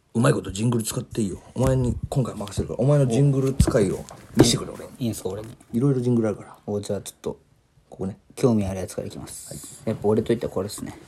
うまいことジングル使っていいよ。お前に今回任せるから、お前のジングル使いを見せてくれ。俺にいいんですか俺に。 いろいろジングルあるから。 じゃあちょっとここね。 興味あるやつからいきます、やっぱ俺といったらこれですね。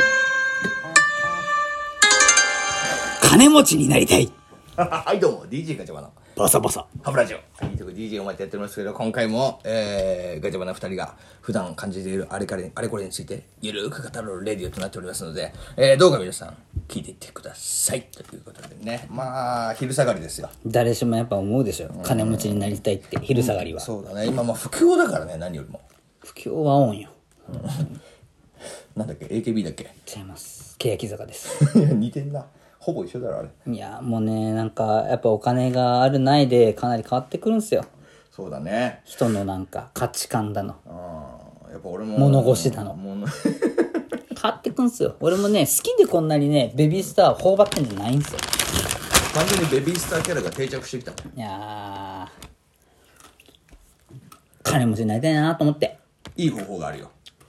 金持ちになりたいはいどうも DJ ガチャバのバサバサハブラジオ。はい、ということで DJ を待ってやっておりますけど、今回も、ガチャバナ2人が普段感じているあれこれについてゆるく語るレディオとなっておりますので、どうか皆さん聞いていってくださいということでね。まあ昼下がりですよ。 誰しもやっぱ思うでしょ、金持ちになりたいって昼下がりは、 そうだね。今まあ不況だからね、何よりも。 不況はオンよ。 なんだっけ AKB だっけ。 違います、欅坂ですいや似てんな。ほぼ一緒だろあれ。 いやもうね、なんかやっぱお金があるないでかなり変わってくるんすよ。 そうだね。 人のなんか価値観だの、 やっぱ俺も物腰だの変わってくんすよ。俺もね好きでこんなにねベビースター頬張ってんじゃないんすよ。 完全にベビースターキャラが定着してきたもん。 いや金持ちになりたいなと思って。 いい方法があるよ。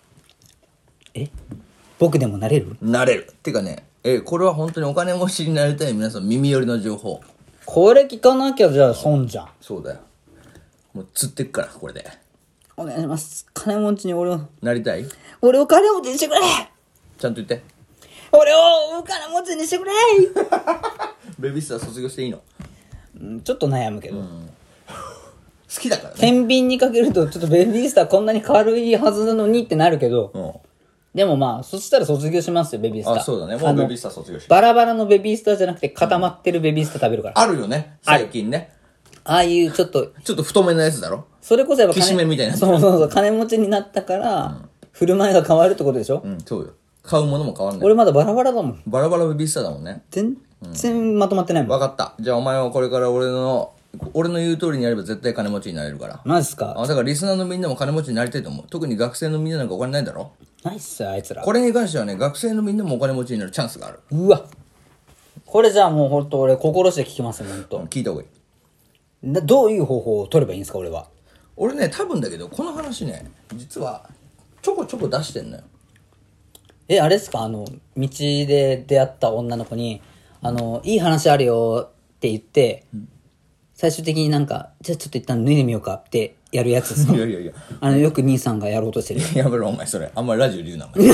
僕でもなれる？ なれるってかね、これは本当にお金持ちになりたい皆さん耳寄りの情報。 これ聞かなきゃじゃあ損じゃん。 そうだよ。もう釣ってっからこれで。 お願いします。金持ちに俺をなりたい。 金持ちにしてくれ。 ちゃんと言って。 俺を金持ちにしてくれ。 ベビースター卒業していいの？ ちょっと悩むけど、 好きだからね。 天秤にかけるとちょっとベビースターこんなに軽いはずなのにってなるけど、でもまあそしたら卒業しますよベビースター。 あ、そうだね。もうベビースター卒業しバラバラのベビースターじゃなくて固まってるベビースター食べるから。 あるよね最近ね。 ああいうちょっと太めのやつだろ。 それこそやっぱきしめんみたいな。 そう金持ちになったから、振る舞いが変わるってことでしょ。 そうよ。買うものも変わんない。 俺まだバラバラだもん。 バラバラベビースターだもんね。 全然まとまってないもん。 分かった。じゃあお前はこれから俺の言う通りにやれば絶対金持ちになれるから。 マジっすか？ だからリスナーのみんなも金持ちになりたいと思う。特に学生のみんななんかお金ないだろ。 ないっすよあいつら。 これに関してはね、学生のみんなもお金持ちになるチャンスがある。 うわこれじゃあもうほんと俺心して聞きますよほんと。 聞いた方がいい。 どういう方法を取ればいいんですか俺は。 俺ね、多分だけどこの話ね、実はちょこちょこ出してんのよ。 あれっすか道で出会った女の子にいい話あるよって言って、最終的になんかじゃあちょっと一旦脱いでみようかってやるやつですか？ いやいやいや。 よく兄さんがやろうとしてるやめろお前それ。あんまりラジオで言うなお前。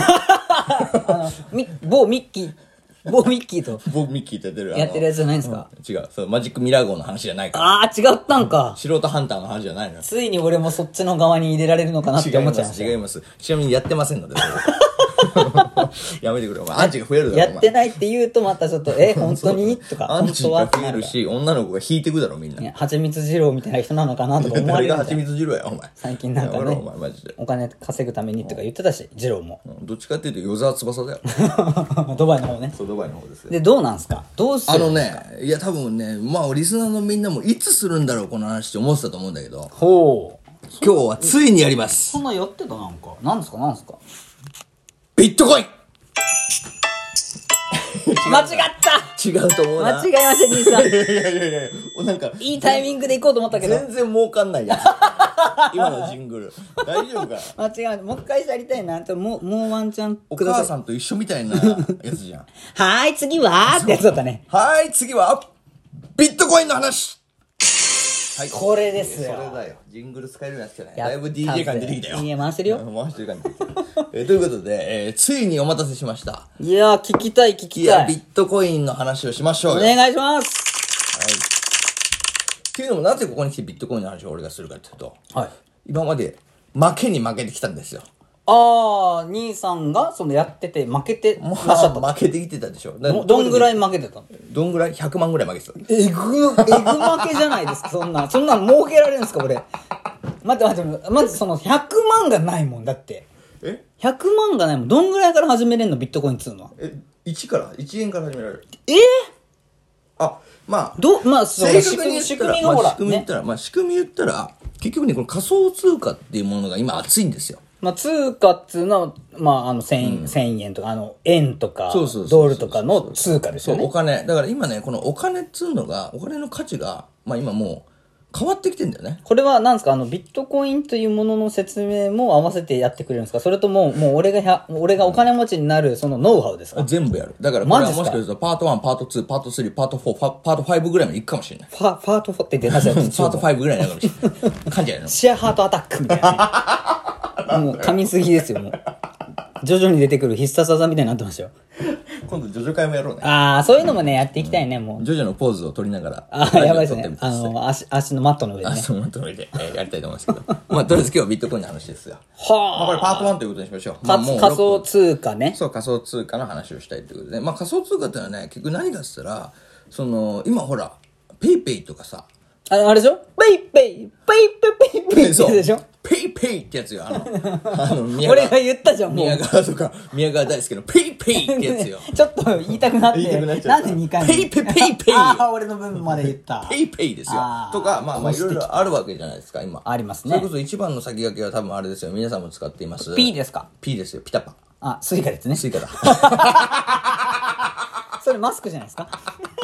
某ミッキーと僕ミッキーってやってるやってるやつじゃないんですか？ 違う。そうマジックミラー号の話じゃないから。 ああ違ったんか。 素人ハンターの話じゃないのよ。 ついに俺もそっちの側に入れられるのかなって思っちゃいました。 違います。ちなみにやってませんので。やめてくれお前。アンチが増えるだろ。 やってないって言うとまたちょっと本当にとかアンチが増えるし、女の子が引いてくだろみんな。 はちみつ二郎みたいな人なのかなとか思われる。 誰がはちみつ二郎やお前。 最近なんかねお前マジでお金稼ぐためにとか言ってたし二郎もどっちかっていうと与沢翼だよ。 ドバイの方ね。 そうドバイの方ですよ。 でどうなんすか？どうするんですか？ いや多分ね、まあリスナーのみんなもいつするんだろうこの話って思ってたと思うんだけど、 ほう今日はついにやります。 そんなやってたなんかなんですかビットコイン。 間違った違うと思うな。 間違えました兄さん。 いやなんかいいタイミングで行こうと思ったけど全然儲かんないやつ。今のジングル大丈夫か。 間違えもう一回やりたいな。もうワンチャンおください。 母さんと一緒みたいなやつじゃん。 はーい次はってやつだったね。 はい次はビットコインの話。はい、 これですよ。 それだよ。ジングル使えるようになってきたね。だいぶ DJ 感出てきたよ。 いや回してるよ。 回してる感じ出てきた。ということで、ついにお待たせしました。 いや聞きたいいやビットコインの話をしましょうよ。 お願いします。 はい。っていうのもなぜここに来てビットコインの話を俺がするかというと、 はい。 今まで負けに負けてきたんですよ。 兄さんがそのやってて負けてらっしゃった。 負けてきてたでしょ。 どんぐらい負けてたの？ どんぐらい ?100 万ぐらい負けてた。 えぐ負けじゃないですか。そんなん儲けられるんですか俺。待ってまずその100万がないもんだって。100万がないもん。どんぐらいから始めれんのビットコインっつうのは。 1円から始められる。まあ正確に仕組みがほら、 仕組み言ったら結局ねこの仮想通貨っていうものが今熱いんですよ。 通貨っつうのは1000円とか円とかドルとかの通貨ですよね。 そうお金だから今ねこのお金っつうのがお金の価値が今もう変わってきてんだよね。 これは何ですか、ビットコインというものの説明も合わせてやってくれるんですか？それとも、もう俺がお金持ちになるそのノウハウですか？ 全部やる。だからこれはマジっすかもしかするとパート1、パート2、パート3、パート4、パート5ぐらいまでいくかもしれない。 パート4って出ましたよ。 パート5ぐらいになるかもしれない。感じやの。 シェアハートアタックみたいな。もう噛みすぎですよ、もう。徐々に出てくる必殺技みたいになってましたよ。 今度ジョジョ会もやろうね。 ああ、そういうのもね、やっていきたいね、もう。 ジョジョのポーズを取りながら。 ああ、やばいですね。 ラジオ撮ってみて足のマットの上でね。 そのまとめて、やりたいと思いますけど。まあ、とりあえず今日はビットコインの話ですよ。まあ、これパート1ということにしましょう。まあもう仮想通貨ね。 そう、仮想通貨の話をしたいということで。まあ、仮想通貨ってのはね、結局何かって言ったら、今ほら、ペイペイとかさ、 あれでしょ？ペイペイ、ペイペイペイペイってそうやつでしょ？ ペイペイってやつよ。 俺が言ったじゃん、もう。 宮川とか、宮川大輔のペイペイってやつよ。 ちょっと言いたくなって。 言いたくなっちゃなんったで2回もペイペイペイペイああ、俺の分まで言った。 ペイペイですよあ。ーとか、まあいろいろあるわけじゃないですか、今。 ありますねそれこそ一番の先駆けは多分あれですよ。皆さんも使っています。 P ですか？ P ですよ。ピタパ。 あ、スイカですね。 スイカだ。 それマスクじゃないですか？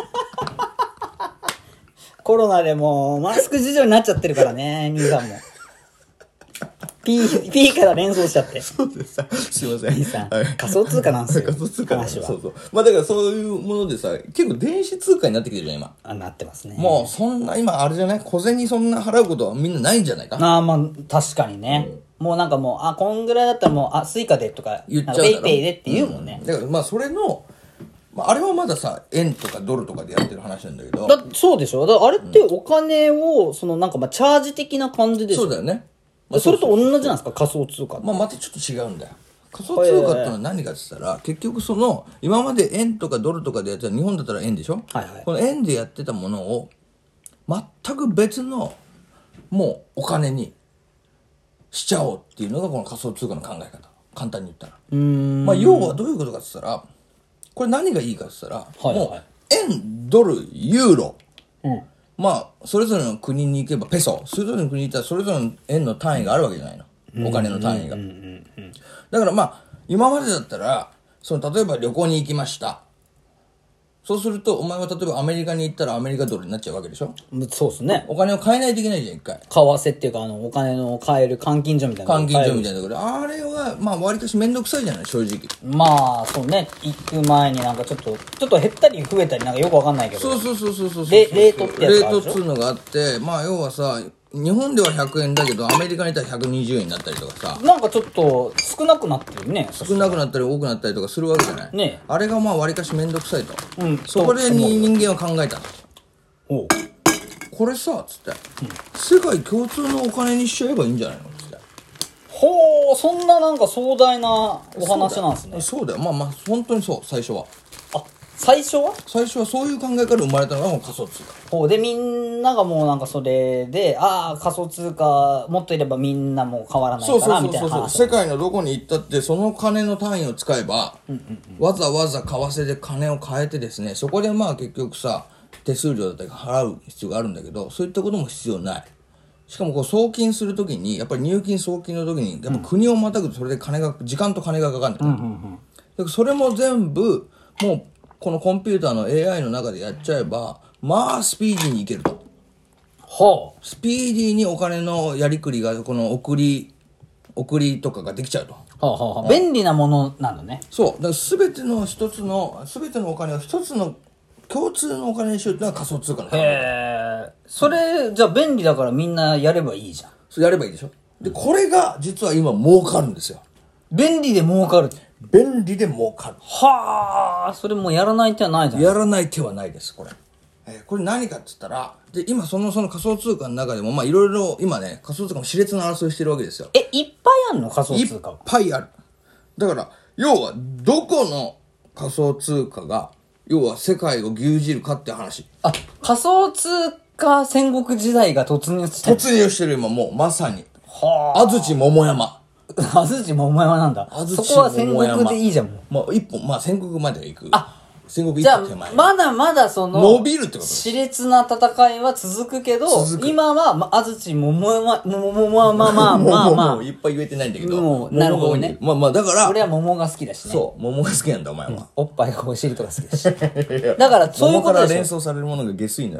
コロナでもうマスク事情になっちゃってるからね、兄さんも。P から連想しちゃって。 そうです。すいません。 兄さん、 はい仮想通貨なんですよ。 仮想通貨だ話は。 そうそう。まあだからそういうものでさ、結構電子通貨になってきてるじゃん、今。 あ、なってますね。 もうそんな、今あれじゃない小銭そんな払うことはみんなないんじゃないか。 ああ、まあ、確かにね。もうなんかもう、こんぐらいだったらもう、スイカでとか、 言っちゃうだろペイペイでって言うもんね。 だからまあそれの、まあ、あれはまださ、円とかドルとかでやってる話なんだけど。 そうでしょ？あれってお金を、なんかチャージ的な感じでしょ？ そうだよね。 それと同じなんですか？仮想通貨って。 またちょっと違うんだよ。仮想通貨ってのは何かって言ったら、結局今まで円とかドルとかでやってた、日本だったら円でしょ？ はいはい。 この円でやってたものを、全く別の、もうお金にしちゃおうっていうのがこの仮想通貨の考え方。簡単に言ったら。まあ要はどういうことかって言ったら、これ何がいいかって言ったら、 はいはいもう円、ドル、ユーロ、 うん。 まあ、それぞれの国に行けばペソ、それぞれの国に行ったらそれぞれの円の単位があるわけじゃないの。お金の単位が。だからまあ、今までだったら、例えば旅行に行きました。そうすると、お前は例えばアメリカに行ったらアメリカドルになっちゃうわけでしょ？ そうですね。 お金を変えないといけないじゃん、一回。 為替っていうか、お金の買える換金所みたいな。 換金所みたいなところで。あれは、まあ、割としめんどくさいじゃない、正直。 まあ、そうね。行く前になんかちょっと減ったり増えたりなんかよくわかんないけど。 そう。レートってやつがあるでしょ？ レートっつうのがあって、まあ、要はさ、日本では100円だけど、アメリカに行ったら120円になったりとかさ。 なんかちょっと少なくなってるね。 少なくなったり多くなったりとかするわけじゃない。 ね。 あれがまあ割かしめんどくさいと。 そこで人間は考えたの。 おう。 これさ、つって、世界共通のお金にしちゃえばいいんじゃないのつって。 ほう、そんななんか壮大なお話なんですね。 そうだよ。まあ、本当にそう、最初は。 最初はそういう考えから生まれたのがもう仮想通貨。 ほうで、みんながもうなんかそれで、仮想通貨持っていればみんなもう変わらないからみたいな話。 世界のどこに行ったってその金の単位を使えば、わざわざ為替で金を変えてですね、そこでまあ結局さ、手数料だったり払う必要があるんだけど、そういったことも必要ない。しかもこう送金するときに、やっぱり入金送金のときに、やっぱ国をまたぐとそれで時間と金がかかるんだよ。だからそれも全部、もうこのコンピューターの AI の中でやっちゃえば、まあスピーディーにいけると。スピーディーにお金のやりくりが、この送りとかができちゃうと。 便利なものなのね。 そう。だから全てのお金を一つの共通のお金にしようっていうのが仮想通貨の考え。 それ、じゃあ便利だからみんなやればいいじゃん。 それやればいいでしょ。で、これが実は今儲かるんですよ。 便利で儲かる。 便利で儲かる。 それもうやらない手はないじゃん。 やらない手はないです、これ。これ何かって言ったら、で、今その仮想通貨の中でも、まあいろいろ今ね、仮想通貨も熾烈な争いしてるわけですよ。 いっぱいあんの仮想通貨は。 いっぱいある。だから、要は、どこの仮想通貨が、要は世界を牛耳るかって話。 仮想通貨戦国時代が突入してる。 突入してる今もう、まさに。安土桃山。 安土桃山なんだ。そこは戦国でいいじゃん、もう。 まあ一本、まあ戦国までは行く。戦国一じゃあ歩手前。 まだまだ伸びるってことです。 熾烈な戦いは続くけど、今は、安土桃山、 もういっぱい言えてないんだけど。 もうなるほどね。 まあだから。 俺は桃が好きだしね。 そう、桃が好きなんだお前は。 おっぱいがお尻とか好きだし。だからそういうことでしょ。 桃から連想されるものが下水のよ。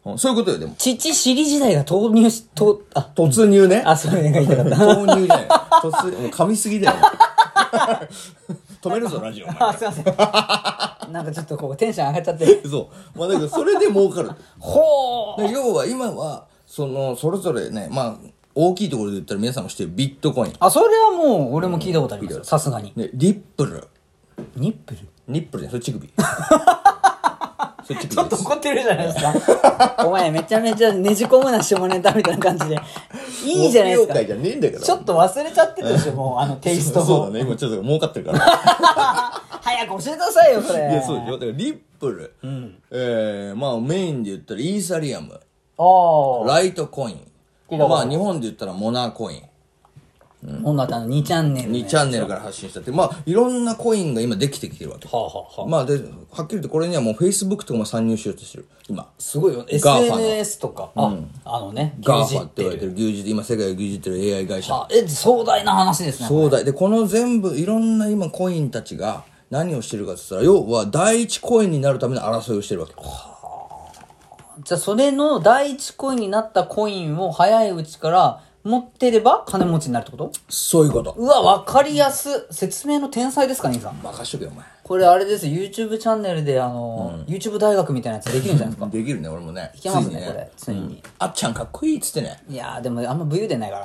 そういうことよ、でも。 父尻時代が突入し、 突入ね。 あ、それが言いたかった。 投入じゃない。突入、もう噛みすぎだよ。止めるぞ、ラジオ。お前あ、すいません。なんかちょっとこうテンション上がっちゃって。 そう。まあだけど、それで儲かる。 ほー。 で要は今は、それぞれね、まあ、大きいところで言ったら皆さんも知ってるビットコイン。 あ、それはもう俺も聞いたことありますよ。さすがに。 ね、リップル。 ニップルニップルじゃん、それ乳首。それ乳首です。 ちょっと怒ってるじゃないですか。お前めちゃめちゃねじ込むな下ネタみたいな感じで。いいじゃないですか。 木曜会じゃねえんだけど。 ちょっと忘れちゃってるでしょ、もうテイストを。 そうだね、今ちょっと儲かってるから。 早く教えてくださいよ、それ。 いや、そうでしょ。だからリップル。まあメインで言ったらイーサリアム。 ああ。 ライトコイン。 聞いたことあるまあ日本で言ったらモナコイン。 音楽2チャンネル。 2チャンネルから発信したって、まあいろんなコインが今できてきてるわけ。 はあはあはあ。 まあで、はっきり言ってこれにはもう Facebook とかも参入しようとしてる。今。 すごいよ。 ガーファの SNS とか。あのね、 ガーファって言われてる牛耳って、今世界を牛耳ってる AI 会社。 壮大な話ですね。 壮大。で、この全部、いろんな今コインたちが何をしてるかって言ったら、要は第一コインになるための争いをしてるわけ。 じゃあそれの第一コインになったコインを早いうちから持ってれば金持ちになるってこと？ そういうこと。 うわ、わかりやす。説明の天才ですか、兄さん。 任しとけよ、お前。 これあれです YouTube チャンネルでYouTube 大学みたいなやつできるんじゃないですか。 できるね、俺もね。 いけますね、これ。ついに。 あっちゃんかっこいいっつってね。 いやー、でもあんま武勇伝ないから。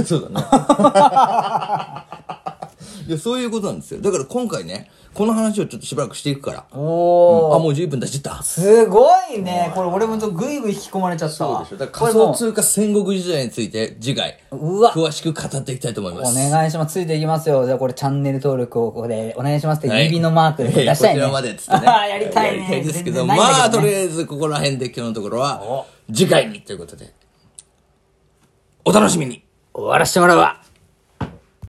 そうだね。いや、そういうことなんですよ。だから今回ね、この話をちょっとしばらくしていくから。 おー。 あ、もう10分経っちゃった。 すごいね。これ俺もぐいぐい引き込まれちゃったわ。 そうでしょ。だから仮想通貨戦国時代について次回、詳しく語っていきたいと思います。 お願いします。ついていきますよ。じゃあこれチャンネル登録をここでお願いしますって指のマークで出したいね。 こちらまでっつってね。 やりたいね。 やりたいですけど、まあとりあえずここら辺で今日のところは次回にということで、お楽しみに。 終わらせてもらうわ。